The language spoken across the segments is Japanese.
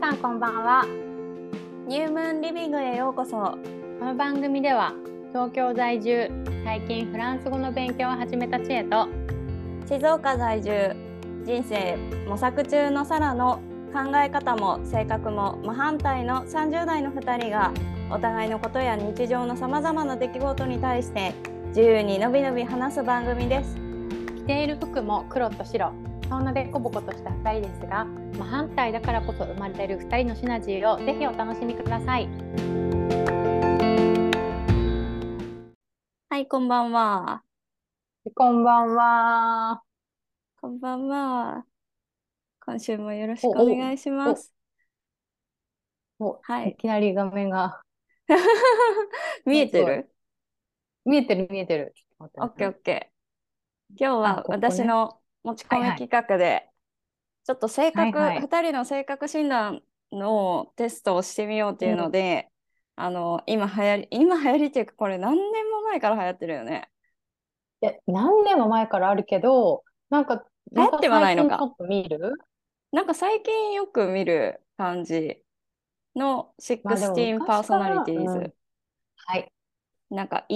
さんこんばんは。 ニュームーンリビングへようこそ。 この番組では東京在住、最近フランス語の勉強を始めた知恵と静岡在住、人生模索中のサラの考え方も性格も真反対の30代の2人がお互いのことや日常のさまざまな出来事に対して自由にのびのび話す番組です。 着ている服も黒と白、そんなでこぼことした2人ですが、真反対だからこそ生まれる2人のシナジーをぜひお楽しみください。 はい、こんばんは。 こんばんは。 こんばんは。今週もよろしくおお願いします。はい。 いきなり画面が見えすごいてる？ 見えてる見えてる。ちょっとオッケーオ待ってね。 ッケー。今日あ、 はここね。 私の持ち込みはいはい。 企画でちょっとはい。 2人の性格診断のテストをしてみようっていうのうん。 で、今流行りっていうか、これ何年も前から流行ってるよね。 何年も前からあるけど、また流行ってはないのか。 最近ちょっと見る。 なんか最近よく見る感じのまあでも 16パーソナリ昔から、うん。 ティーズ。 はい。 なんか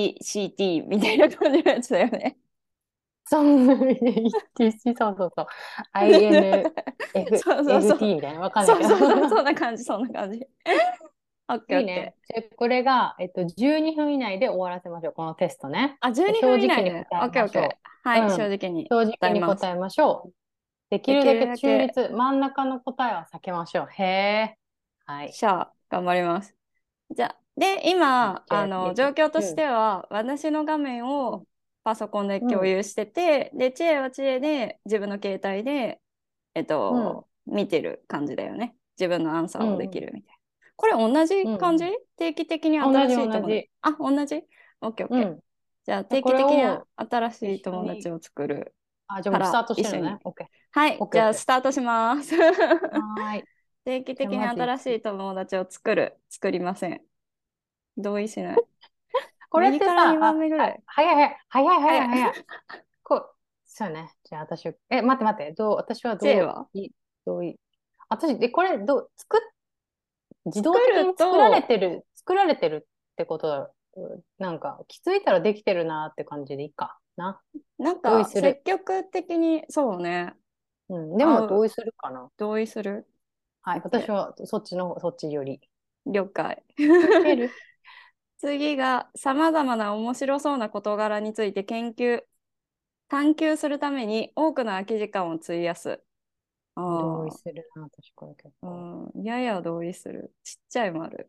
ETCT みたいな感じのやつだよね。 そう、そうそうそう。 そうそうそう。 INFT みたいな、わかんないけど。 そうそうそう、そんな感じ、そんな感じ。オッケーオッケいいね。 ー。 じゃあこれが、12分以内で終わらせましょう。このテストね。 あ、12 で正分以直に答内で。オッえケーオッケましょー。はう。 い、 うん。 正直に正答えます。 直に答えましょう。できできるだけるだけ、 中立、真ん中の答えは避けましょう。へえ。はい。 頑張ります。じゃあ、で、 はい。 今、 じゃあ、言って。 状況とうん。 しては、私の画面をうん。 パソコンでうん。 共有してて、で、知恵は知恵で自分の携帯で、 うん。 見てる感じだよね。自分のアンサーをでうん。うん。 きるみたいな。これ同じ感じ？ うん。 定期的に新同じしい友達。 同じ。 あ、同じ？ OK、OK。 うん。 じゃあ、 でこ定期的にれを新し一い緒に、 友達を作るあ、じゃあからもうスタートし一緒に。 てるのね。オッケー。 はい、じゃあ、 オッケーオッケー。 スタートします。 はーい。 定期じゃあ的にまず1。 新しい友達を作りません。同意しない。 これっ右からてさ、 2番目ぐらい。 早い早い、早いはい。 早い早い。こう、そうね。じゃあ私、待って待って。私は J はどうい、私、これ、自動的作るにと、 作られてるってことだ。なんか、気づいたらできてるなって感じでいいかな。 なんか積同意する。 極的に、そうね、 うん。で合う、 も同意するかな。 同意する。 はい。私 OK。 はそっちより。 了解。 いける。 次が、さまざまな面白そうな事柄について探求するために多くの空き時間を費やす。 同意ああ、 するな、私これ結構。 やや同意する。ちっちゃい丸。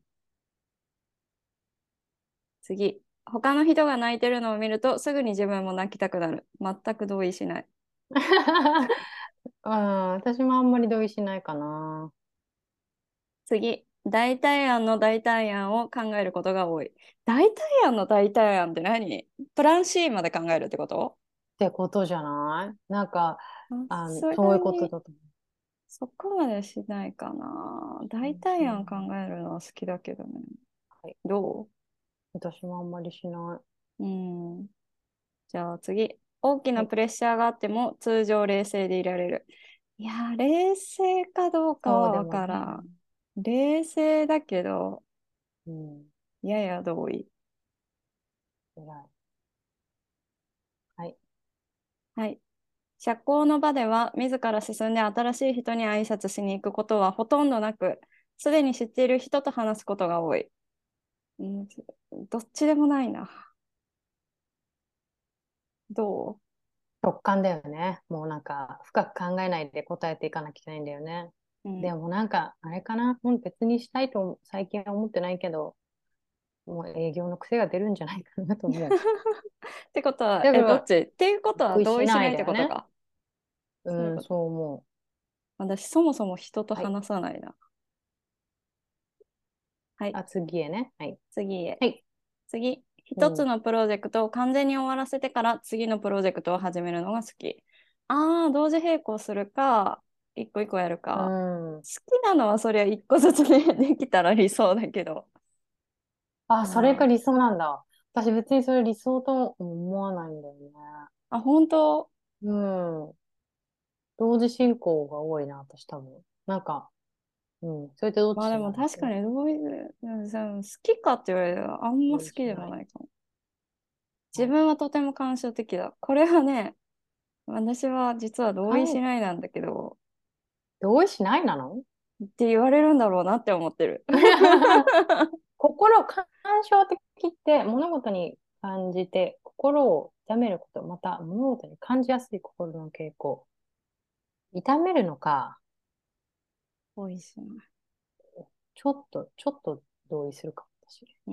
次。他の人が泣いてるのを見るとすぐに自分も泣きたくなる。全く同意しない。 うん、私もあんまり同意しないかな。 次。代替案の代替案を考えることが多い。代替案の代替案って何？プラン C まで考えるってこと？ ってことじゃない？ さすそういうことがにだと思そこまでしないかな。 う。 代替案考えるのは好きだけどね。 はい。 ど私もあんまりしない。 う？うん。じゃあ次。大きはい。 なプレッシャーがあっても通常冷静でいられる。いや、冷静かどうかはわそうでもない。 からん。冷静だけど、 うん。 やや同意。 偉い。はい。 はい。社交の場では自ら進んで新しい人に挨拶しに行くことはほとんどなく、すでに知っている人と話すことが多い。うん、どっちでもないな。ど直感だよね。もう深く考えないで答えていかなきゃいけないんだよね。 う？うん。 でもあれかな。もう別にしたいと最近は思ってないけど、もう営業の癖が出るんじゃないかなと思う。 ってことは、どっだから、 ちっていうことは同意しな同意しないっいだよね。 てことか。そういううん、 こと。 そう思私、そもそも人とう。はい。 話さないな。はい。 あ、次へね。はい。 次へ。 はい。 次。 うん。 一つのプロジェクトを完全に終わらせてから次のプロジェクトを始めるのが好き。ああ、同時並行するか、一個一個やるうか。 ん。 好きなのはそりゃ一個ずつでできたら理想だけど。 あ、それがあ理想なんだ。私別にそれ理想と思わないんだよね。 あ、本当？ うん。同時進行が多いな、私多分。 うん。それってどっまあでちなんだも確かにどういう、好きかって言われたらあんま好きでもないかも。自はい。 分はとても感傷的だ。これはね、私は実は同意しないなんだけど、 同意しないなの？ って言われるんだろうなって思ってる。 感傷的って物事に感じて心を痛めること、また物事に感じやすい心の傾向。痛めるのか、 同意しない。 ちょっと同意するかもしれうん。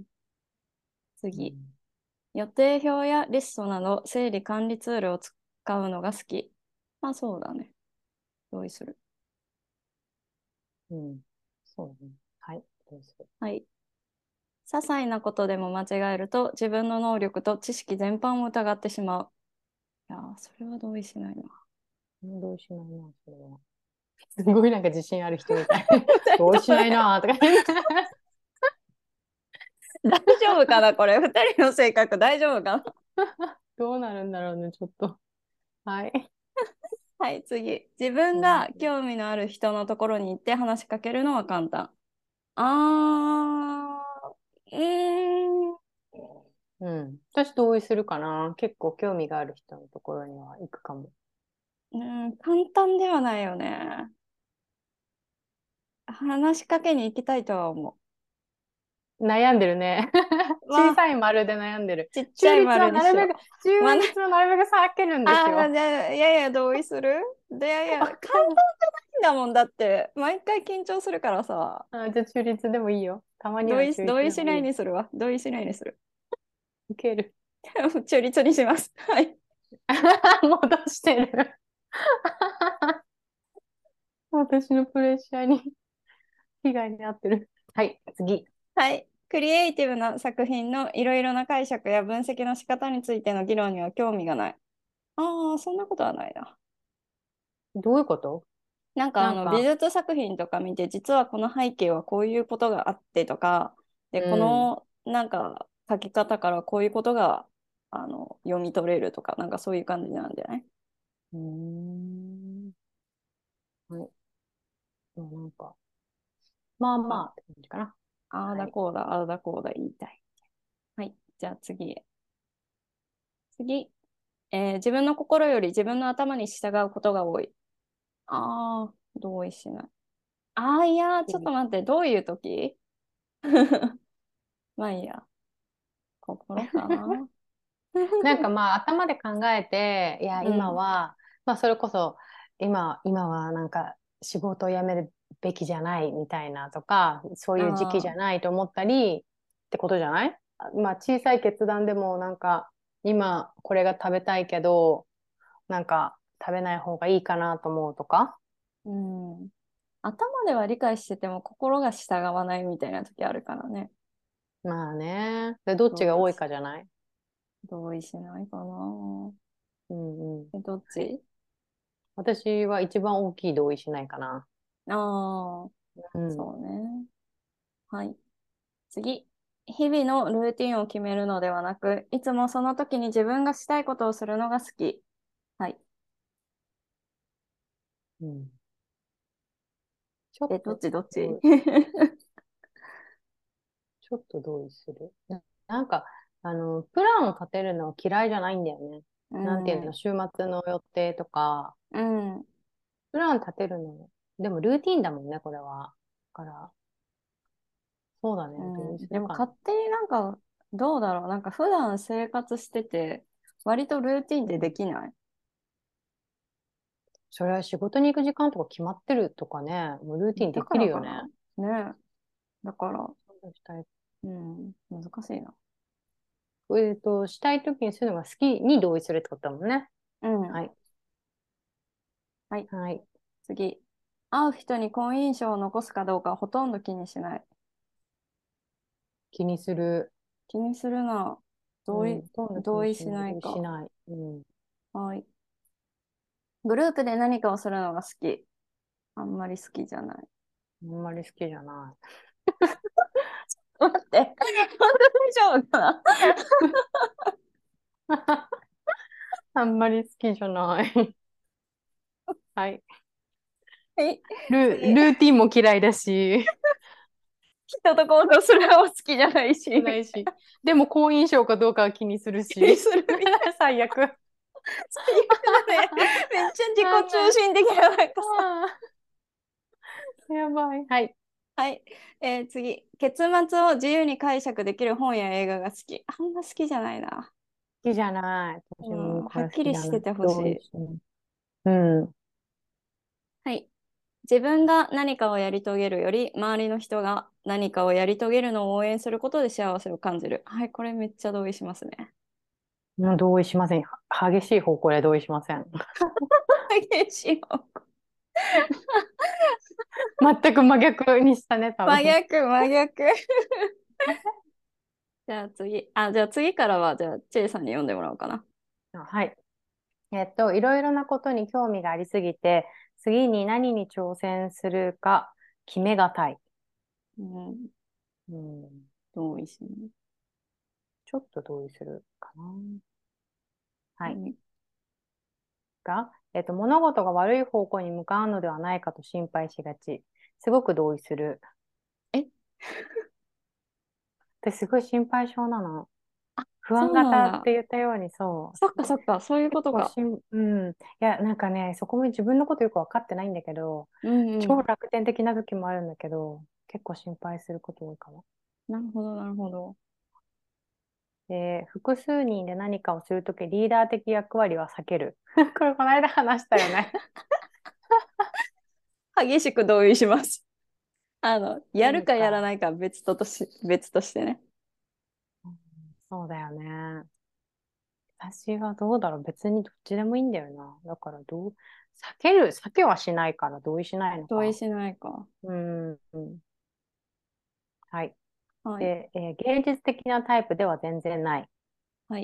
次。 ない。うん。 予定表やリストなど整理管理ツールを使うのが好き。まあそうだね。同意する。 うん。そうね。はい。どうする？ はい。些細なことでも間違えると自分の能力と知識全般を疑ってしまう。いやー、それは同意しないな。 同意しないな、それは。すごいなんか自信ある人みたい。同意しないなとか言って。 大丈夫かなこれ。二人の性格大丈夫かな？ どうなるんだろうね、ちょっと。はい。 はい、次。自分うん。 が興味のある人のところに行って話しかけるのは簡単。あうん。私同意するかな。結構興味がある人のところには行くかも。 簡単ではないよね。話しかけに行きたいとは思悩んでるね。 う。 小さい丸で悩んでる。 ちっちゃい中立は丸にしよなるべく、 う。 中立はなるべく避けるんですよ。 いやいや、同意するで、いやいや、簡単じゃないんだもんだって、毎回緊張するからさ。 あ、じゃあ中立でもいいよ。たまには中同意しない立でもいいよ。 にするわ。同意しないにする。 いける。 中立にします。はい。 戻してる。私のプレッシャーに被害に遭ってる。はい、次。 はい。クリエイティブな作品のいろいろな解釈や分析の仕方についての議論には興味がない。ああ、そんなことはないな。 どういうこと？ なんか美なんか、 術作品とか見て、実はこの背景はこういうことがあってとか、で、 うこん。 のなんか書き方からこういうことが読み取れるとか、なんかそういう感じなんじゃない？ うーん。はい。でもなんか、まあまああ、 って感じかな。 ああはい。 だこうだ、ああだこうだ言いたい。はい。じゃあ次へ。次。自分の心より自分の頭に従うことが多い。ああ、同意しない。ああ、いやー、ちょっと待って、どういう時？まあいいや。心かな。 なんかまあ頭で考えて、いや、 うん。 今は、まあそれこそ、今はなんか仕事を辞めるべきじゃないみたいなとか、そういう時期じああ、 ゃないと思ったりってことじゃない？まあ小さい決断でもなんか、今これが食べたいけど、なんか食べない方がいいかなと思うとか。 うん。頭では理解してても心が従わないみたいな時あるからね。 まあね。で、どっちが多い同意し、 かじゃない？ 同意しないかな。 うんうん。 どっはい。 ち？ 私は一番大きい同意しないかな。 ああ、 うん。 そうね。はい。次。日々のルーティンを決めるのではなく、いつもその時に自分がしたいことをするのが好き。はい。 うん。ちょっどっとちどっち？ 同意、ちょっと同意する。なんか、プランを立てるのは嫌いじゃないんだよね。 うなんていうの、 ん。 週末の予定とか、 うん。 プラン立てるの、でもルーティンだもんね、これは。だから、そうだね、同意うん。でもするかな。 勝手になんか、どうだろう。なんか普段生活してて、割とルーティンってでうん。 きない？ それは仕事に行く時間とか決まってるとかね、もうルーティンだでからかな。 きるよね。 ね。だから、 そうしたい。 うん、難しいな。 したい時にするのが好きに同意するってことだもんね。 うん。 はい。 はい。 はい。 次。会う人に好印象を残すかどうかほとんど気にしない。 気にする。 気にするな。 うん。ほとんど気同意しにしない。同意しないか。 ない。うん。 はい。グループで何かをするのが好き。あんまり好きじゃない。 あんまり好きじゃない。 待って。本当に大丈夫かな？ あんまり好きじゃない。はい。 はいル次。 ーティンも嫌いだし、 人と行動するのも好きじゃないし、 ないし。でも好印象かどうかは気にする気にし。 するみたい。 最悪。 最悪だね。めっちゃ自己中心的な、なんかさ。 やばい。はい。 はい、次。結末を自由に解釈できる本や映画が好き。あんま好きじゃないな。 好きじゃない。私うん、 もこれ好はっきりきじゃない。 しててほしい。 同意しない。うん。 はい。自分が何かをやり遂げるより、周りの人が何かをやり遂げるのを応援することで幸せを感じる。はい、これめっちゃ同意しますね。 もう同意しません。激しい方向で同意しません。 激しい方向。 全く真逆にしたね、多真分。 逆、真逆。じゃあ次からは、じゃあ、チェイさんに読んでもらおうかな。 はい。いろいろなことに興味がありすぎて、次に何に挑戦するか決めがたい。 うん、 うん。 同意します。 ちょっと同意するかな。はい。 はい。 物事が悪い方向に向かうのではないかと心配しがち。すごく同意する。 え、 ですごい心配性なの。 あ、 不安そうなんだ。 型って言ったように、そう。 そっかそっか、そういうことか。 うん。いや、なんかね、そこも自分のことよく分かってないんだけど、 うんうん。 超楽天的な時もあるんだけど、結構心配すること多いかも。 なるほど、なるほど。 で、複数人で何かをするとき、リーダー的役割は避ける。これ、この間話したよね。 激しく同意します。やるかやらなんか、 ないかは別としてね。 うん、そうだよね。私はどうだろう。別にどっちでもいいんだよな。だから避けはしないから同意しないのか。 同意しないか。 うん。うんはい。 はい。 で、芸術的なタイプでは全然ない。 はい。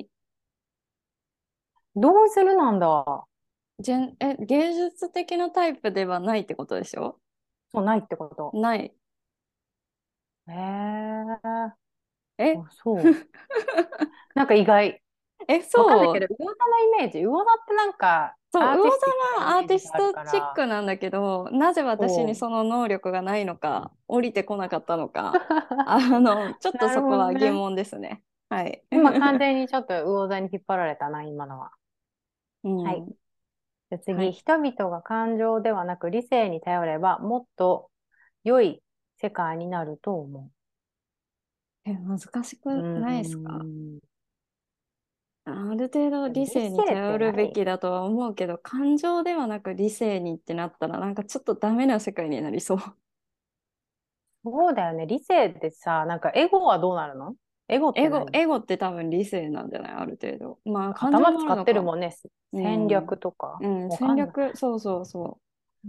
どうするなんだ。 芸術的なタイプではないってことでしょ？ そう、ないってこと。 ない。 へえ。 えあ、そう。なんか意外。 え、 わかんないけど、 そう。 魚座のイメージ。魚座ってなんかそう、魚アーティスティックなイ座はアーメージがあるティストから、 チックなんだけど、なぜ私にそう。 その能力がないのか、降りてこなかったのか、ちょっとなるそこほどね。 は疑問ですね。はい。 今完全にちょっと魚座に引っ張られたな、今のは。 うはい。 ん。 じゃあ次、 はい。 人々が感情ではなく理性に頼れば、もっと良い世界になると思難しう。うくないですか？ ーん。 ある程度でも理性に理性っ頼るべて何？ きだとは思うけど、感情ではなく理性にってなったら、なんかちょっとダメな世界になりそう。 そうだよね。理性ってさ、なんかエゴはどうなるの？エゴって何？ エゴって多分理性なんじゃない？ある程度。まあ、感情頭使もあるのか。 ってるもんね。 う戦ん。 略とか。 うん、 わかんない。 戦略、そうそうそう。 うん。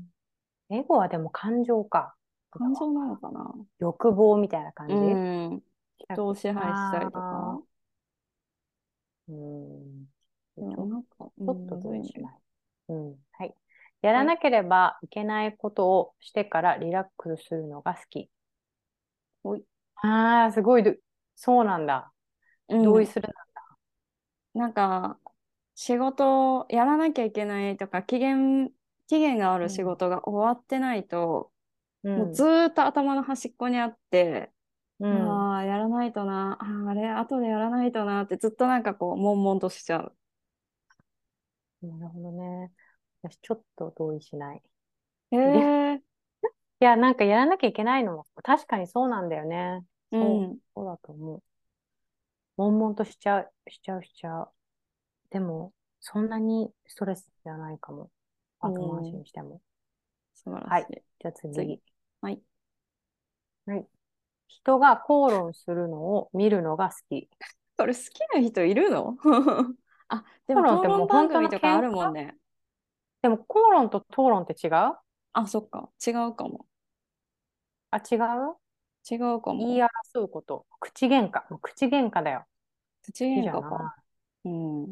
エゴはでも感情か。 感情なのかな。 欲望みたいなう感じ？ ん。人を支配したりとか。 ああー、 でちょ、ちもなんか、 ょっとむずいね。 同意しない。うん。はい。やらはい。 なければいけないことをしてからリラックスするのが好き。 ほい。 ああ、すごいそうなんだ。 うん。 同意するな。 なんか、仕事をやらなきゃいけないとか、期限がある仕うん。 事が終わってないと、もうずうん。 ーっと頭の端っこにあって、 うん。 ああ、やらないとな、あれ、後でやらないとなってずっとなんかこう、悶々としちゃう。 なるほどね。私ちょっと同意しない。 へいや、 え、 なんかやらなきゃいけないのも確かにそうなんだよね。 うん、 そうだと思う。悶々としちゃう。でも、そんなにストレスじゃないかも。 う後回しん、 にしても。 素晴らはい。 しい。 じゃあ次。 次。 はい。 はい。人が口論するのを見るのが好き。 これ好きな人いるの？あ、でも討口論ってもう論番本当の組とかあ喧嘩？ るもんね。 でも口論と討論って違う？ あ、そっか。違うかも。 あ、違う？ 違うかも。 言い争うこと。口喧嘩。もう口喧嘩だよ。 口好き喧嘩か。 じゃない。 うん。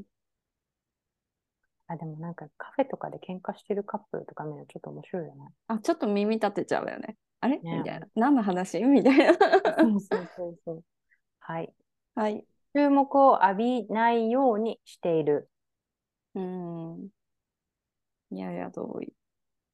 あ、でもなんかカフェとかで喧嘩してるカップルとか見るのちょっと面白いよね。 あ、ちょっと耳立てちゃうよね。あれみね。 たいな。何の話みたいな。 そうそうそうそう。はい。 はい。 注目を浴びないようにしている。 うん。いやいや、同意。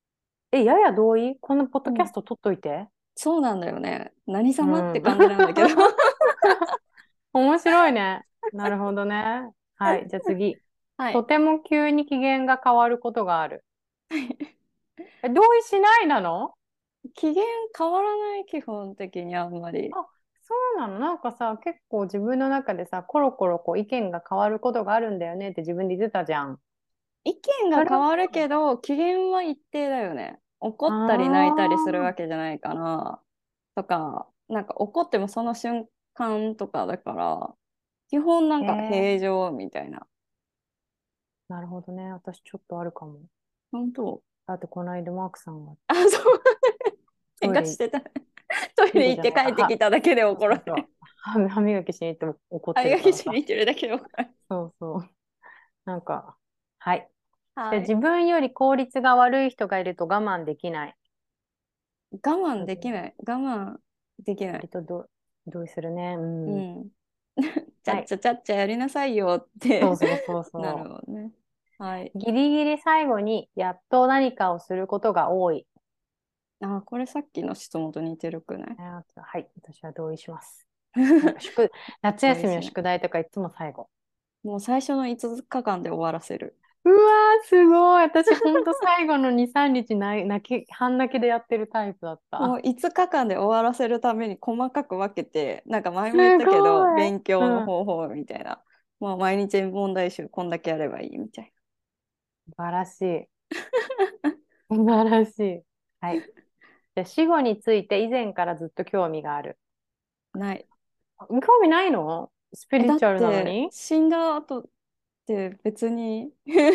やや同意？このポッうん、 ドキャスト撮っといて。 そうなんだよね。何う様ってん。 感じなんだけど。 面白いね。なるほどね。はい。じゃあ次。 はい。 とても急に機嫌が変わることがある。同意しないなの？ 機嫌変わらない、基本的にあんまり。 あ、そうなの？なんかさ、結構自分の中でさ、コロコロこう意見が変わることがあるんだよねって自分で言ってたじゃん。 意見それはが変わるそうけど、機嫌は一定だよね。怒なったり泣いたりするの？ わけじゃないかな。とか、なんか怒ってもその瞬間とかだから、基本なんか平常みたいな。 なるほどね。私ちょっとあるかも。 本当？ だってこの間マークさんがあ、そう。喧トイレ、 嘩してた。トイトイレ行ってレじゃないか、 帰ってきただけでそうそうそう。 怒られる。 歯磨きしに行っても怒っあ、 ていがきしにるからさ。 行ってるだけで怒られる。 そうそう。なんか、はい。で、 はい。 自分より効率が悪い人がいると我慢できない。 我慢できない。我慢できない。 割と同意するね。うん。 うん。ちゃはい。 っちゃちゃっちゃやりなさいよっそうてそうそうなるそもんね。はい。 う。ギリギリ最後にやっと何かをすることが多い。 あ、これさっきの質問と似てるくない？ はい。私は同意します。なんか夏休みの同意しない。 宿題とかいつも最後。 もう最初の5日間で終わらせる。 うわー、すごい。私、ほんと最後の2、3日半泣きでやってるタイプだっもうた。 5日間で終わらせるために細かく分けて、なんか前すも言ったけど、 ごい。 勉強のうん。 方法みたいな。まあ毎日問題集こんだけやればいいみたい素晴らしい。素晴らしい。はい。じゃあ死後について以前からずっと興味がある。 な。ない。 興味ないの？スピだっリチュアルなのてに？ 死んだ後って別に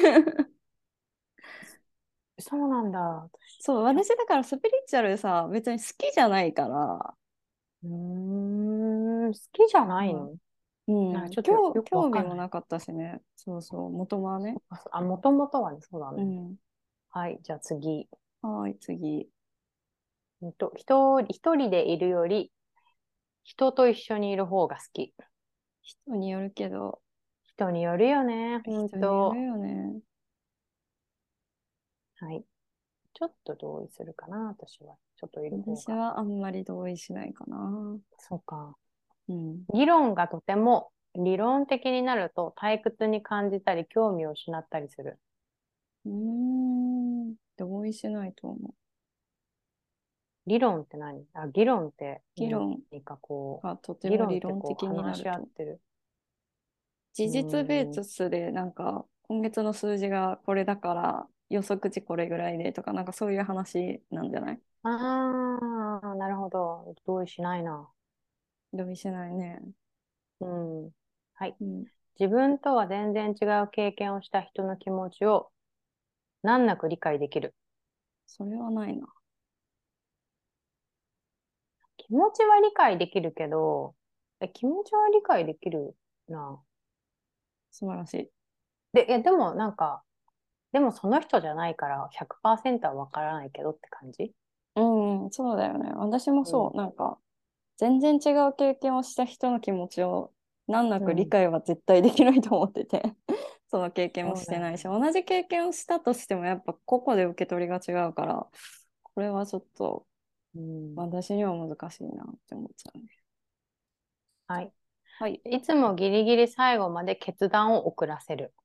そうなんだ。私、 そう、私だからスピリチュアルさ、別に好きじゃないから、 うー好きじゃないまあ、 の？ うん、 なんかちょっとよくわ興味かんない。 もなかったしね。そうそう、元はね。 もともとはね、そうだね。 うん。 はい、じゃあ次。 はい、次。 一人でいるより人と一緒にいる方が好き。 人によるけど、 人によるよね、ほん人によると。 よね。 はい。ちょっと同意するかな、私は。ちょっといる方が。 私はあんまり同意しないかな。 そうか。 うん。 議論がとても理論的になると退屈に感じたり興味を失ったりする。 うーん、同意しないと思う。 理論って何？議論って何議論かこがとう、議ても理論ってこう論的にな話し合ると。 ってる。う事実ベーん。 ースで、なんか、今月の数字がこれだから、予測値これぐらいでとか、なんかそういう話なんじゃない？ ああ、なるほど。同意しないな。 同意しないね。 うん。はい。 うん。 自分とは全然違う経験をした人の気持ちを難なく理解できる。 それはないな。 気持ちは理解できるけど、気持ちは理解できるな。 素晴らしい。 でもなんか、でもその人じゃないから100%はわからないけどって感じ。 うん、そうだよね。私もうん。 そう。なんか、全然違う経験をした人の気持ちを難なく理うん。 解は絶対できないと思っててその経験もそうだよね。 してないし、同じ経験をしたとしてもやっぱ個々で受け取りが違うから、これはちょっとうん。 私には難しいなって思っちゃうね。 はい。 はい。 いつもギリギリ最後まで決断を遅らせる。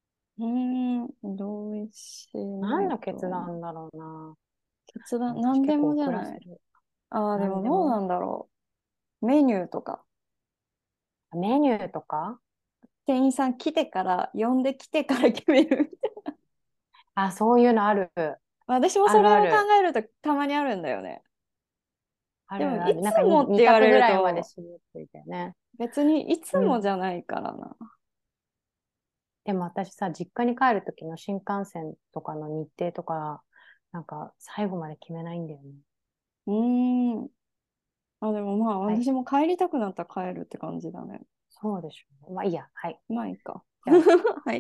同意しない何のと思う。 決断だろうな。 決断、 私何で結構もじゃない？ 遅らせる。 ああ、でもどうな何でも。 んだろう。メニューとか。 メニューとか？ 店員さん来てから、呼んで来てから決める。 あ、そういうのある。 私もあそれを考るある。 えるとたまにあるんだよね。でも、いあるある。なんかつもって言わ 2択れぐらいまでると、 絞っていたよね。 別にいつうん。 もじゃないからな。 でも私さ、実家に帰る時の新幹線とかの日程とか、なんか最後まで決めないんだよね。 うーん。あ、でもまあ、 はい。 私も帰りたくなったら帰るって感じだね。 そうでしょう。まあいいや。はい。 まあいいか。 じゃあ、 はい。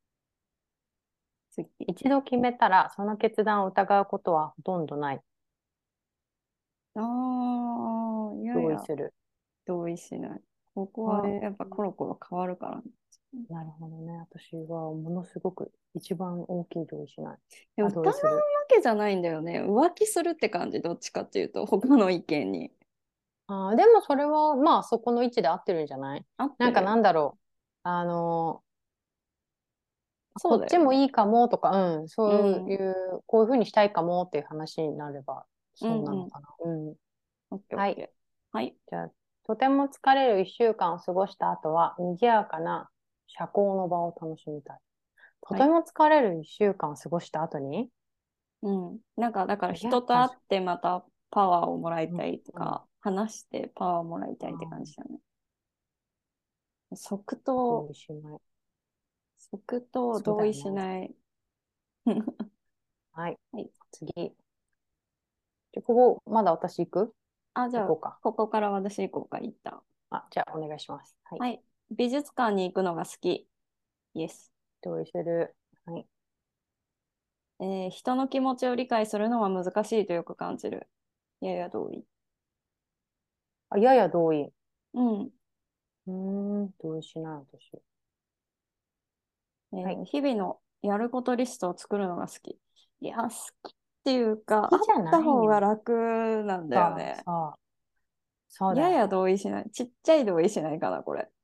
次。 一度決めたら、その決断を疑うことはほとんどない。 ああ、いやいや、 同意する。 同意しない。 ここはやっぱコロコロ変わるからね。 なるほどね。私はものすごく一番大きい同意しない。 疑うわ同意する。 けじゃないんだよね。浮気するって感じ、どっちかっていうと、他の意見に。 でもそれは、まあそこの位置で合ってるんじゃない？ 合ってなんかるよ。 なんだろう。あの、こっちもそうだよね。 いいかもとか、そういうん。 う、こういうふうにしたいかもっていう話になれば、そううんうん。 なのかな。うん。 オッケーオッはい。 ケー。はい。 じゃあ、とても疲れる1週間を過ごした後は、賑やかな社交の場を楽しみたい。とはい。 ても疲れる1週間を過ごした後に、 うん。なんか、だから賑や人と会っかじてまたパワーをもらいゃん。 たいとうん。 か、話してパワーをもらいたいって感じだね。即答、 同意しない。 即答同意そうだよね。 しない。 はい。 はい。 次。ここ、まだ私行く？ あ、じゃあ、 行こうか。 ここから私行こうか、一旦。 じゃあ、お願いします。はい。 はい。美術館に行くのが好き。イエス。 同意する。はい。 人の気持ちを理解するのは難しいとよく感じる。やや同意。 やや同意。 うん。 同意しない、私。はい。 日々のやることリストを作るのが好き。いや、好きっていうか、あっ好きじゃた方がないよ。 楽なんだよね。 そう。そうだややよ。 同意しない。ちっちゃい同意しないかな、これ。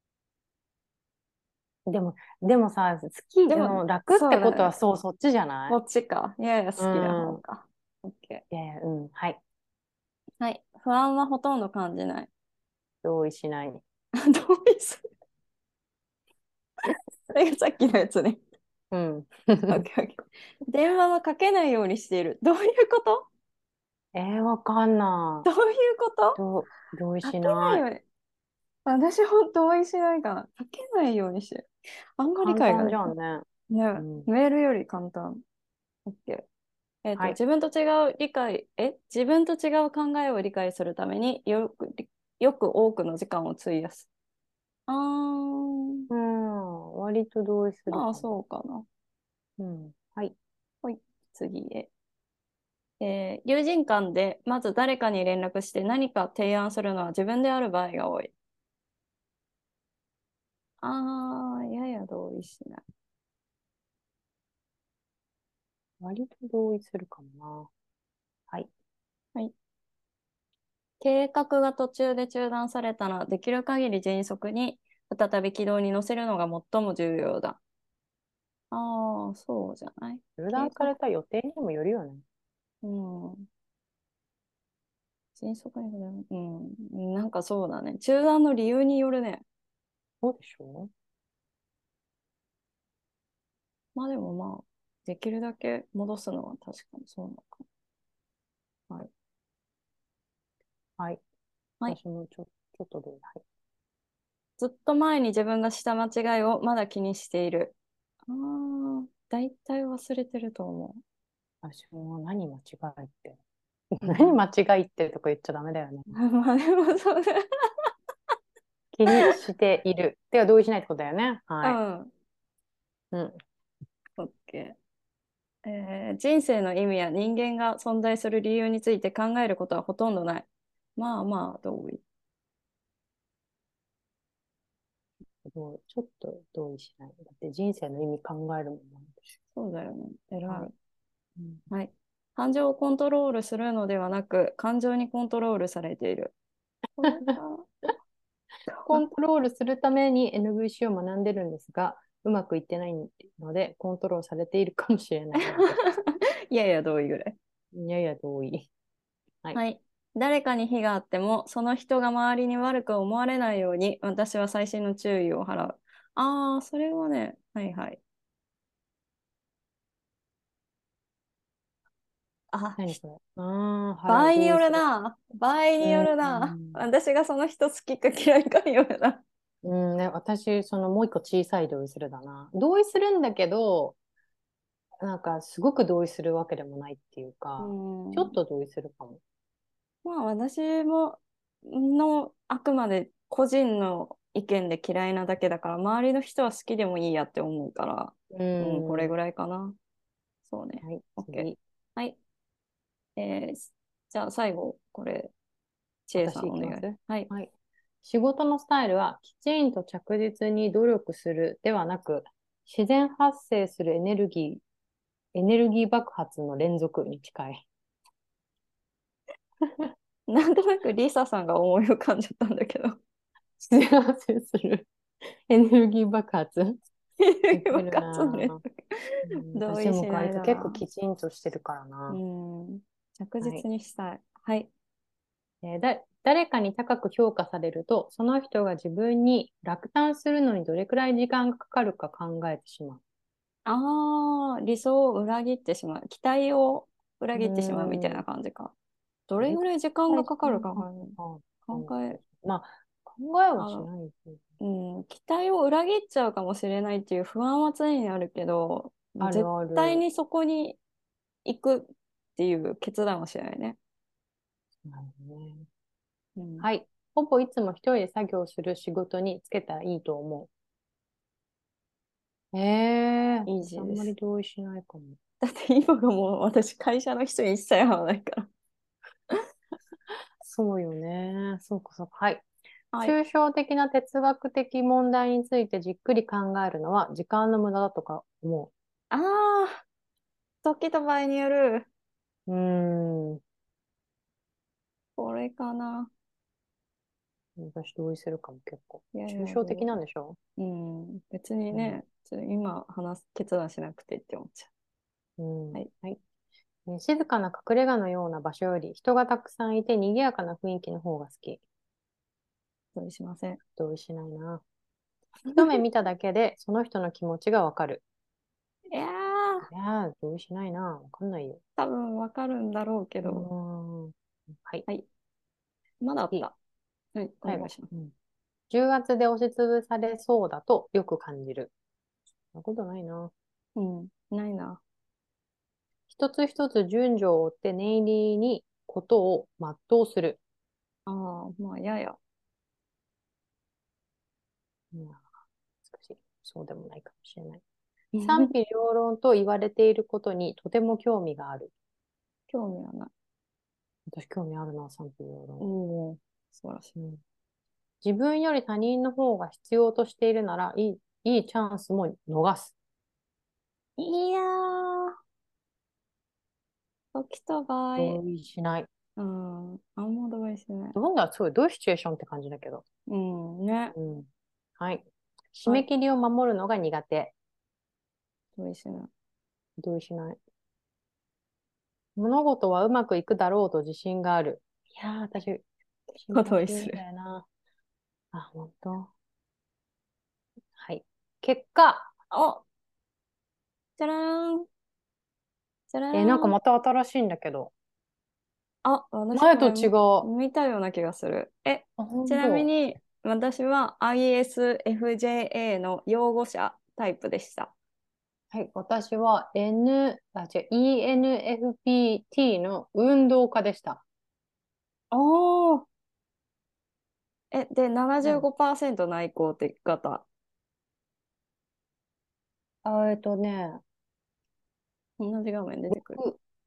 でも、でもさ、好きでも、 の楽ってことはそうだね。 そっちじゃない？ こっちか。ややう好きな方ん。 か。オッケいやいや、はい。 ー。はい。不安はほとんど感じない。 同意しない。 同意する。それがさっきのやつね。 うん。 オッケーオッケー。電話はかけないようにしている。どういうこと？ わかんなどういうこい。 と？ 同意かけしない。 ないように。私ほんと同意しないかな。かけないようにしてる。あんまり理簡単解ができない。 じゃんね。うね、 ん。 メールより簡単。OK。 はい。 自分と違う考えを理解するためによく多くの時間を費やす。あー、 うん。割と同意するまあかも。 そうかな。 うん。はい。 はい、次へ。友人間でまず誰かに連絡して何か提案するのは自分である場合が多い。やや同意しない。 割と同意するかもな。はい。 はい。計画が途中で中断されたら、できる限り迅速に再び軌道に乗せるのが最も重要だ。ああ、そうじゃない？ 中断計画、 された予定にもよるよね。 うん。迅速に、うん。なんかそうだね。中断の理由によるね。 そうでしょ？ まあでもまあ、できるだけ戻すのは確かにそうなのかな。はい。 はい。 はい。 私もちょっと同意。はい。 ずっと前に自分がした間違いをまだ気にしている。ああ、大体忘れてると思私も何間違いって。 う。う何ん。 間違いってとか言っちゃダメだよね。 まあでもそうだ。 気にしている。では同意しないってことだよね。はい。 うん。 うん。 OK。人生の意味や人間が存在する理由について考えることはほとんどない。まあまあ、同意。 ちょっと同意しない。だって人生の意味考えるもんなんでしそうだよね。偉ょ。はい。 い。 うん、 はい。感情をコントロールするのではなく、感情にコントロールされている。これか。 コントロールするために NVC を学んでるんですが、うまくいってないので、コントロールされているかもしれないので、 いやいや、同意ぐらい。 やや同意。はい。 はい。誰かに非があっても、その人が周りに悪く思われないように、私は細心の注意を払う。ああ、それはね、はいはい。あ、 何これ？ 場払う、 合による同意する。 な。場合にようん、 るな。私がその人好きか嫌いかによるな。 ね、私、そのもう一個小さい同意するだな。同意するんだけど、なんかすごく同意するわけでもないっていううか、ちょっん。 と同意するかも。 まあ私も、あくまで個人の意見で嫌いなだけだから、周りの人は好きでもいいやって思うから、 ううん、これん。 ぐらいかな。そうね。 はい、 OK。 次。 はい。じゃあ最後、これ、ちえさんお願い。 私いきます。 はい。 はい。 仕事のスタイルはきちんと着実に努力するではなく、自然発生するエネルギー爆発の連続に近い。 なんとなくリサさんが思い浮かんじゃったんだけど。 自然発生するエネルギー爆発似て爆る発の連なぁ。 続。 うん、 同私も意しない割と結構な。 きちんとしてるからうな。 ん。着はい。 実にしたい。はい。 誰かに高く評価されると、その人が自分に落胆するのにどれくらい時間がかかるか考えてしまう。 ああ、理想を裏切ってしまう。期待を裏う切ってしまうみたいーん。 な感じか。どどれくれぐらい時間らいがかかる時間かかかがるか。 考え、 まあ、考えはしあの、 ないけど。 期待を裏切っちゃうかもしれないっていう不安は常にあるけど、 ある絶ある。 対にそこに行くっていう決断はしないね。 なるほどね。 うん、 はい。ほぼいつも一人で作業する仕事につけたらいいと思う。 イー私あんジーです。 まり同意しないかも。 だって今がもう私会社の人に一切会わないから。 そうよね。そうかそうか。はい。 はい。 抽象的な哲学的問題についてじっくり考えるのは時間の無駄だとか思ああ、時と場合による。 う。 これかな。 私同意するかも結構。 いやいや、 抽象的なんでしょ別にうん。 ね、今話す、決断しなくてって思っちゃうう。はん。 い。 はい。静かな隠れ家のような場所より人がたくさんいて賑やかな雰囲気の方が好き。 同意しません。 同意しないな。一目見ただけでその人の気持ちがわかる。 いやー、 いやー、同意しないな。わかんないよ。 多分わかるんだろうけうーど。 ん。はい。 はい。まだあっいい。 た。はい、お最後。 願いします。 うん。重圧で押しつぶされそうだとよく感じる。そんなことないな。 うん、ないな。 一つ一つ順序を追って念入りにことを全うする。 ああ、まあ、やや。 うん、難しい。そうでもないかもしれない。賛否両論と言われていることにとても興味がある。 興味はない。 私興味あるな、賛否両論。 おお、素晴らしうん、自分より他人の方が必要としているならいいチャンスも逃す。 い。いやー、時と場合、 同意しない。 うん、あんま同意しない。 すごい、どういうシチュエーションって感じだけど。 うん、ね。 うん。はい。締はい、 め切りを守るのが苦手。 同意しない。 同意しない。物事はうまくいくだろうと自信がある。いやー、私、心配するん同意する。 だよな。あ、本当。はい。結果、 お、じゃらーん、じゃらなんかーん。 また新しいんだけど。 あ、私前と違これう。 見たような気がする。 あ、 ちなみ本当。 に私は ISFJA の擁護者タイプでした。 はい。私は違う、ENFPT の運動家でした。 おー。で、 うん。 75%内向的方。同じ画面出てくる。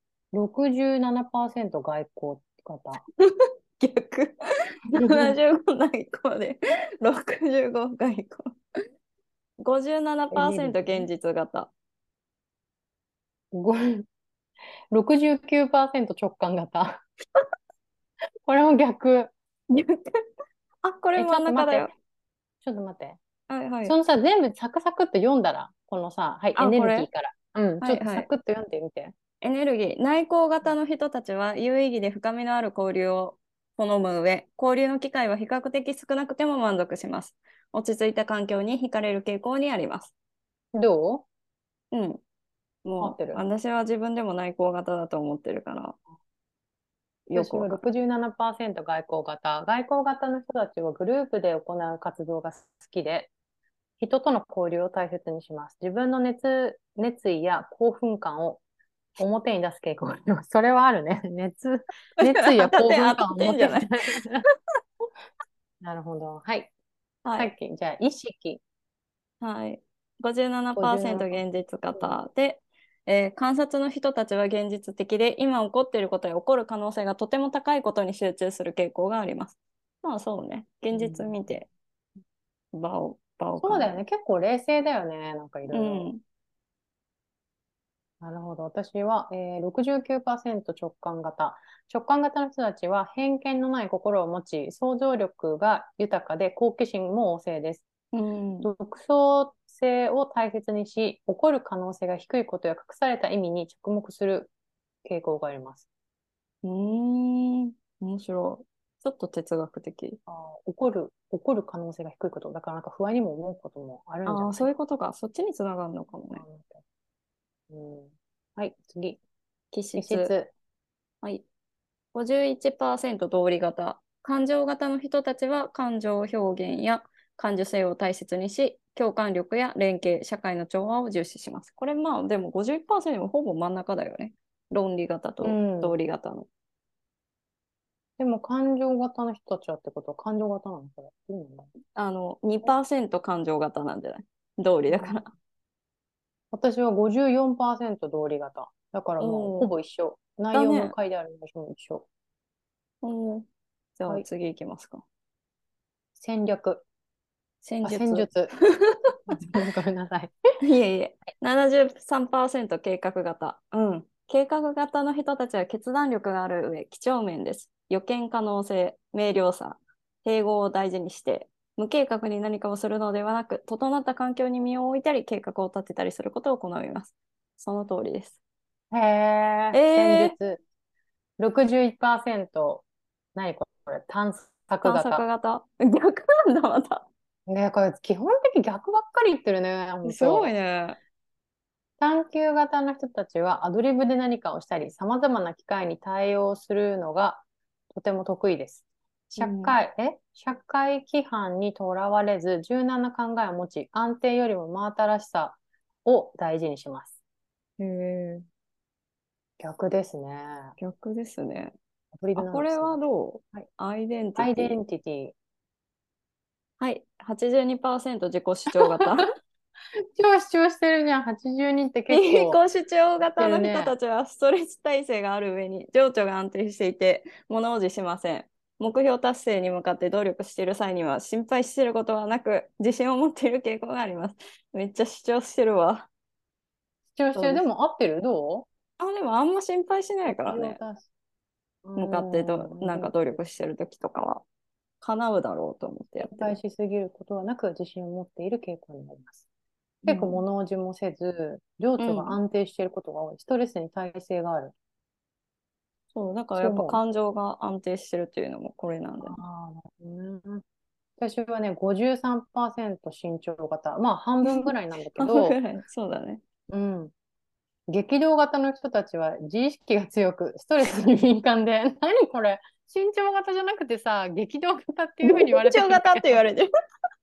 6、67%外交方。 逆。75内向で、65外向。 エネル 57%現ギ実型。 ーご69%直感型。これも逆。 逆。あ、これちょ真んっと待って。 中だよ。 ちょっと待って。 はいはい。 そのさ、全部サクサクっと読んだら、このさ、はい、エあ、 ネこれルギーから。うん、ちょっとはいはい。 サクッと読んでみて。 エネルギー。内向型の人たちは有意義で深みのある交流を好む上、交流の機会は比較的少なくても満足します。落ち着いた環境に惹かれる傾向にあります。 どうん。もう、 う合ってる？ 私は自分でも内向型だと思ってるから、よく私はわかる。 67%外交型。外交型の人たちはグループで行う活動が好きで、人との交流を大切にします。自分の熱意や興奮感を表に出す傾向があります。それはあるね。熱意や興奮当た感をってんじゃない？ 表に出す。なるほど。はい。 はい。 さっき、じゃあ、意識はい。57%現実 57%。うん。 型で、観察の人たちは現実的で、今起こっていることや起こる可能性がとても高いことに集中する傾向があります。 まあそうね。現実見て場を考える。 そうだよね。結構冷静だよね。なんかいうろいろ。 ん。 なるほど。私は、69%直感型。直感型の人たちは偏見のない心を持ち、想像力が豊かで好奇心も旺盛です。 うん。 独創性を大切にし、起こる可能性が低いことや隠された意味に着目する傾向があります。 うーん。面白い。ちょっと哲学的。 起こる可能性が低いこと。だからなんか不安にも思うこともあるんじゃああ、 ないかそういうことか。そっちにつながるのかもな。 ね。 うん、はい、次。 気気質。 質。 はい。51%同理型。感情型の人たちは感情表現や感受性を大切にし、共感力や連携、社会の調和を重視します。これまあでも51%もほぼ真ん中だよね。論理型と同うん。 理型の。 でも感情型の人たちはってことは感情型なのこれ。どうなんだろ 2%感情型なんじゃない？道理う。 だから。 私は54%同理型。だからまあ、ほおー、 ぼ一緒。内容もだね。 書いてある場所も一緒。 おー、じゃはい。 あ次行きますか。 戦略。あ、戦戦術。 術。ごめんなさい。 いえいえ、73%計画型。うん。計画型の人たちは決断力がある上、几帳面です。予見可能性、明瞭さ、併合を大事にして、無計画に何かをするのではなく、整った環境に身を置いたり、計画を立てたりすることを行います。その通りです。 へえ、戦えー、 術。61%。何これ探索探索型。 型。逆なんだ、また。 ね、これ基本的逆ばっかり言ってるね、ほんすごいと。 ね。 探求型の人たちはアドリブで何かをしたり、様々な機会に対応するのがとても得意です。 うん。 社会規範にとらわれず、柔軟な考えを持ち、安定よりも真新しさを大事にします。 へえ、 逆ですね。 逆ですね。 アドリブあ、 なんですね。 これはどう？ はい。 アイデンティアイデティ。 ンティティ。 はい、82%自己主張型。 超主張してるじゃん。82って自己結構主張型してるの人たね。 ちはストレス耐性がある上に情緒が安定していて物おじしません。目標達成に向かって努力している際には心配していることはなく自信を持っている傾向があります。めっちゃ主張してるわ。 主張してる。でそうです。 も合ってるどあ、でもあんま心配しないかうらね。 う向かってなんか努ーん。 力してる時とかは叶うだろうと思ってや心ってる。 配しすぎることはなく自信を持っている傾向になります。結構うん。 物おじもせず、情緒がうん。 安定していることが多い。ストレスに耐性がある。 そう、だからやっぱそう思う。 感情が安定してるっていうのもこれなんだよね。 ああ、なるほどね。私はね、53%慎重型。まあ、半分ぐらいなんだけ半分ぐど、 らい。そうだね。 うん。激動型の人たちは自意識が強く、ストレスに敏感で、何これ慎重型じゃなくてさ、激動型っていうふうに言われて緊張型っるんだけど、 て言われてる。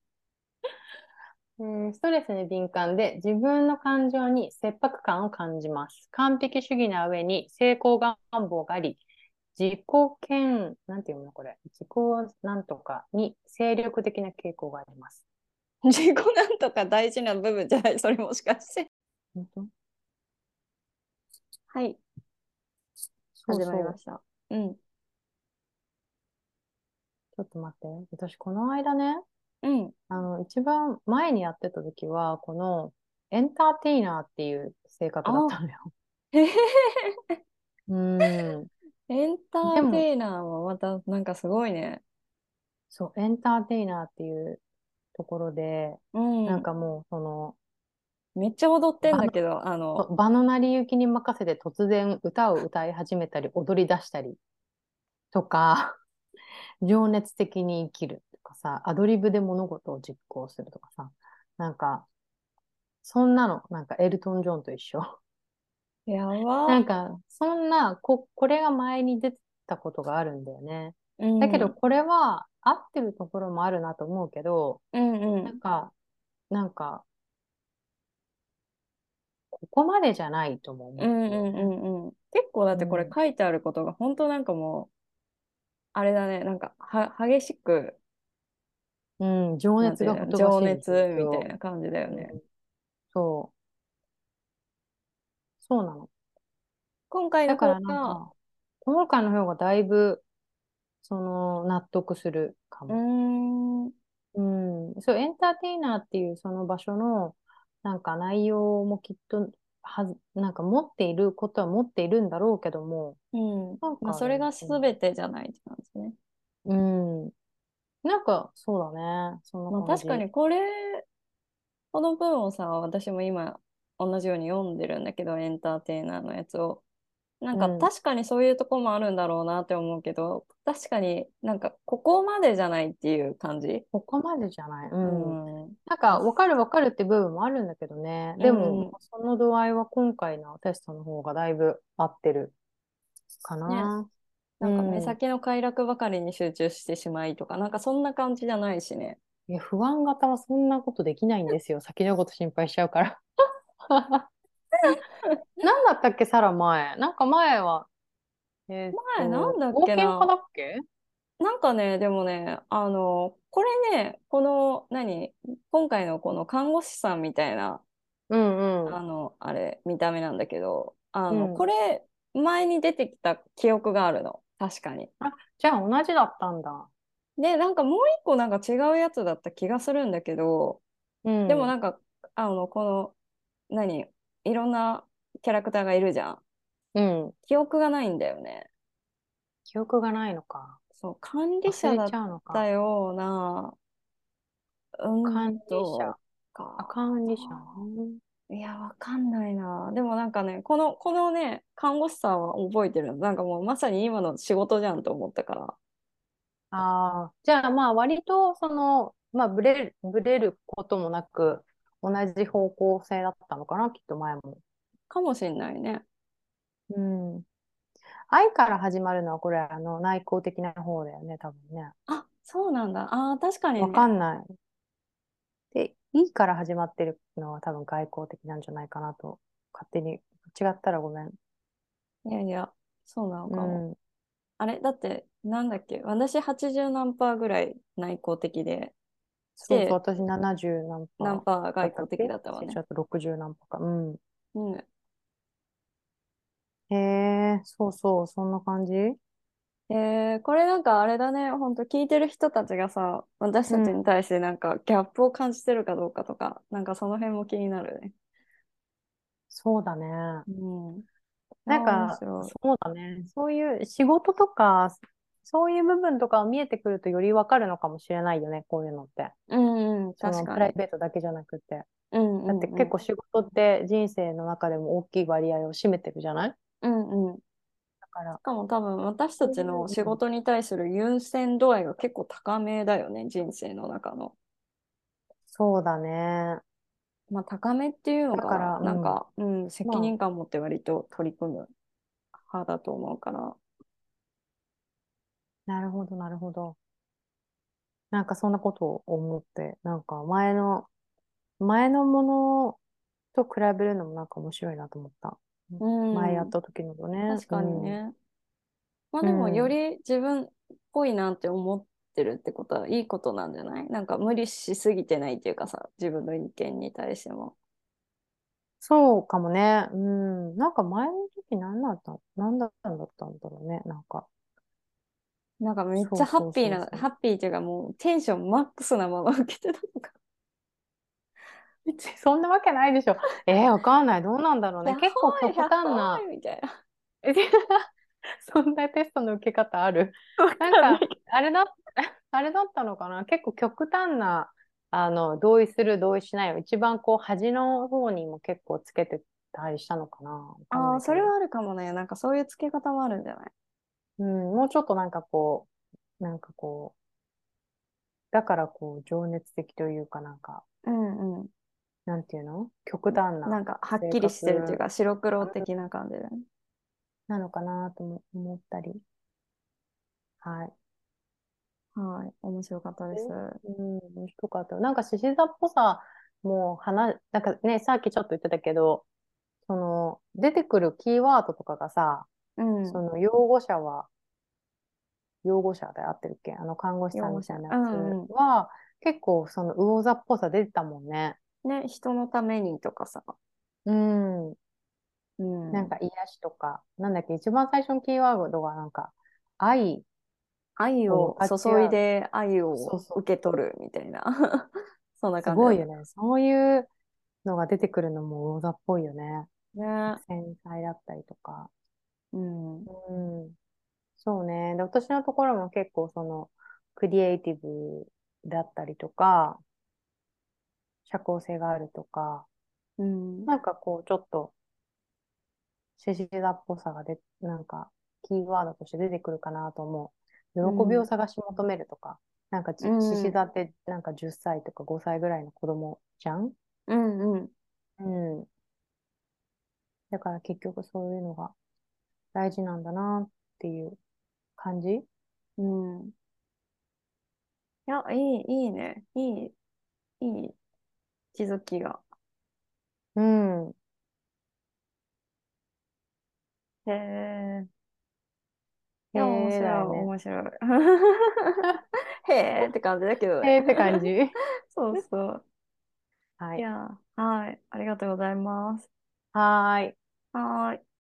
ストレスに敏感で自分の感情に切迫感を感じます。完璧主義な上に成功願望があり、自己なんていうのこれ、自己なんとかに精力的な傾向があります。 自己なんとか大事な部分じゃない、それもしかして。 本当はい、始まりまそうそう。 した。うん。 ちょっと待って。私、この間ね、 うん。 一番前にやってた時は、このエンターテイナーっていう性格だっあ、 たのよ。 へへへ。 うーん。 エンターでも、 テイナーはまたなんかすごいね。 そう、エンターテイナーっていうところで、 うん。 なんかもう、その、 めっちゃ踊ってん場の、 だけど、 場の成り行きに任せて突然歌を歌い始めたり、踊り出したりとか、情熱的に生きるとかさ、アドリブで物事を実行するとかさ、なんか、そんなの、なんかエルトン・ジョンと一緒。 やば。 なんか、そんな、これが前に出てたことがあるんだよね。 うん。うんだけど、これは合ってるところもあるなと思うけど、 うん。 なんか、なんか、ここまでじゃないとも思うんうんうんだよね。 うんうん。結構だってこれうん。 書いてあることが本当なんかもう、あれだね、なんか激しく、 うん、情熱がなんていうの、 ほとばしる情熱みたい状況。 な感じだようね。 ん、そう、そうなの。 今回のだからなん方が、 か、今回の方がだいぶ、 納得するかうーも。 ん。 うん。そう、エンターテイナーっていうその場所の、なんか内容もきっと、なんか持っていることは持っているんだろうけども、 うん。まあ、 なんかでも、 それが全てじゃないって感じね。 うん。なんか、そうだね。そんなまあ、確か感じ。 にこの文をさ、私も今同じように読んでるんだけど、エンターテイナーのやつを。なんかうん。 確かにそういうとこもあるんだろうなって思うけど、確かになんかここまでじゃないっていう感じ。 ここまでじゃない。ううん。 ん。 なんか、わかるわかるって部分もあるんだけどね。 うでも、 んうん。 その度合いは今回のテストの方がだいぶ合ってるかね。 な。うなんか目ん。 先の快楽ばかりに集中してしまいとか、なんかそんな感じじゃないしね。 いや、不安型はそんなことできないんですよ。先のこと心配しちゃうから。なんだったっけ、サラ前。なんか前は、 前なんだっ冒険家けな。 だっけ？ なんかね、でもね、これね、この、今回のこの看護師さんみたいな、 うんうん。 あれ、見た目なんだけど、こうん。 れ、前に出てきた記憶があるの。確かに。 あ、じゃあ同じだったんだ。 で、なんかもう一個なんか違うやつだった気がするんだけど、 うん。 でもなんか、この、何、いろんなキャラクターがいるじゃん。 うん。 記憶がないんだよね。 記憶がないのか。 そう、管理者だっ忘れちゃうのか。 たような、 管理者。あ、 か管理者な。 ね。 いや、わかんないな。でもなんかね、このね、看護師さんは覚えてるの。なんかもうまさに今の仕事じゃんと思ったから。 ああ、じゃあまあ割とまあブレることもなく同じ方向性だったのかな、きっと前も。 かもしんないね。 うん。愛から始まるのはこれ内向的な方だよね、多分ね。 あ、そうなんだ。あー、確かにわかね。 んない。で、いいから始まってるのは多分外交的なんじゃないかなと、勝手に。違ったらごめん。 いやいや、そうなのうかも。 ん。 あれだって、なんだっけ、私80何パーぐらい内向的で、 そうそう、 で、 私70何パー何パー外向的だったっけ？ だったわね。 ちょっと60何パーか。うん。 うん。 へえ、そうそう、そんな感じ。 これなんかあれだね、本当聞いてる人たちがさ、私たちにうん。 対してなんかギャップを感じてるかどうかとか、なんかその辺も気になるね。 そうだね。 うん。あー、面なんか、 白い。 そうだね。そういう仕事とか、そういう部分とかを見えてくるとよりわかるのかもしれないよね、こういうのって。 うんうん、確かに。 プライベートだけじゃなくて。 うんうだってんうん。 結構仕事って人生の中でも大きい割合を占めてるじゃない？ うんうん。 だから、 しかも多分私たそういう、 ちの仕うん、 事に対する優先度合いが結構高めだよね、人生の中の。 そうだね。 まあ高めっていうのかな。 だから、うん。 なんか、うん、責まあ、 任感持って割と取り組む派だと思うから。 なるほど、なるほど。なんかそんなことを思って、なんか前のものと比べるのもなんか面白いなと思った。 う前やっん、 た時のとね。 確うん。 かにね。まあうでも、よん。 り自分っぽいなって思ってるってことはいいことなんじゃない？なんか無理しすぎてないっていうかさ、自分の意見に対しても。 そうかもね。うん。なんか前の時何だったんだったんだろうね。なんか。 なんかめっちゃそうそうそうそう。 ハッピーっていうかもうテンションマックスなまま受けてたのか。 別にそんなわけないでしょ。わかんない。どうなんだろうね。 ヤッホ結構ーイ、ヤ極ッホ端な、 ーイみたいな。 えそんなテストの受け方ある？ わなんか、 かんないけあれだったのかな、結構極端な、同意する、同意しないを一番こう、端の方にも結構つけてたりしたのかな、わど。 かんああ、 ないけど。 それはあるかもね。なんかそういう付け方もあるんじゃない？ うん、もうちょっとだからこう、情熱的というかうんうん。 なんていうの、極端ななんかはっ性きりしてるっていう格か白黒的な感じだね。 なのかなとも思ったり。はい。 はい、面白かったです。 うん、面白かった。なんか獅子座っぽさもなんかね、さっきちょっと言ってたけど、出てくるキーワードとかがさ、 うん。 擁護者で合ってるっけ、看護師さんみたい容赦。うなやつんうん。 は、結構魚座っぽさ出てたもんね。 ね、人のためにとかさ。 うん。 うん。 なんか癒しとか、なんだっけ、一番最初のキーワードが愛愛をこう分かち注い合う。 で愛をそうそう。 受け取るみたいなそんなす感じだった。 ごいよね。そういうのが出てくるのも魚座っぽいよね。 ね。 繊細だったりとか。 うん。 うん。そうね。で、私のところも結構クリエイティブだったりとか、社交性があるとか、 うん。 なんかこう、ちょっと、獅子座っぽさがなんか、キーワードとして出てくるかなと思う。喜びをうん。 探し求めるとか、なんかう獅子ん。 座ってなんか10歳とか5歳ぐらいの子供じゃん。 うん。うん。 うん。だから結局そういうのが大事なんだなっていう感じ。 うん。いや、いいね。いい気づきが。 うん。 へえ。いへや、面白い、 えだよね。 面白い。へえって感じだけどね。 へえって感じ。 そうそう。 はい。 いや、はい。ありがとうございます。 はーい。 はーい。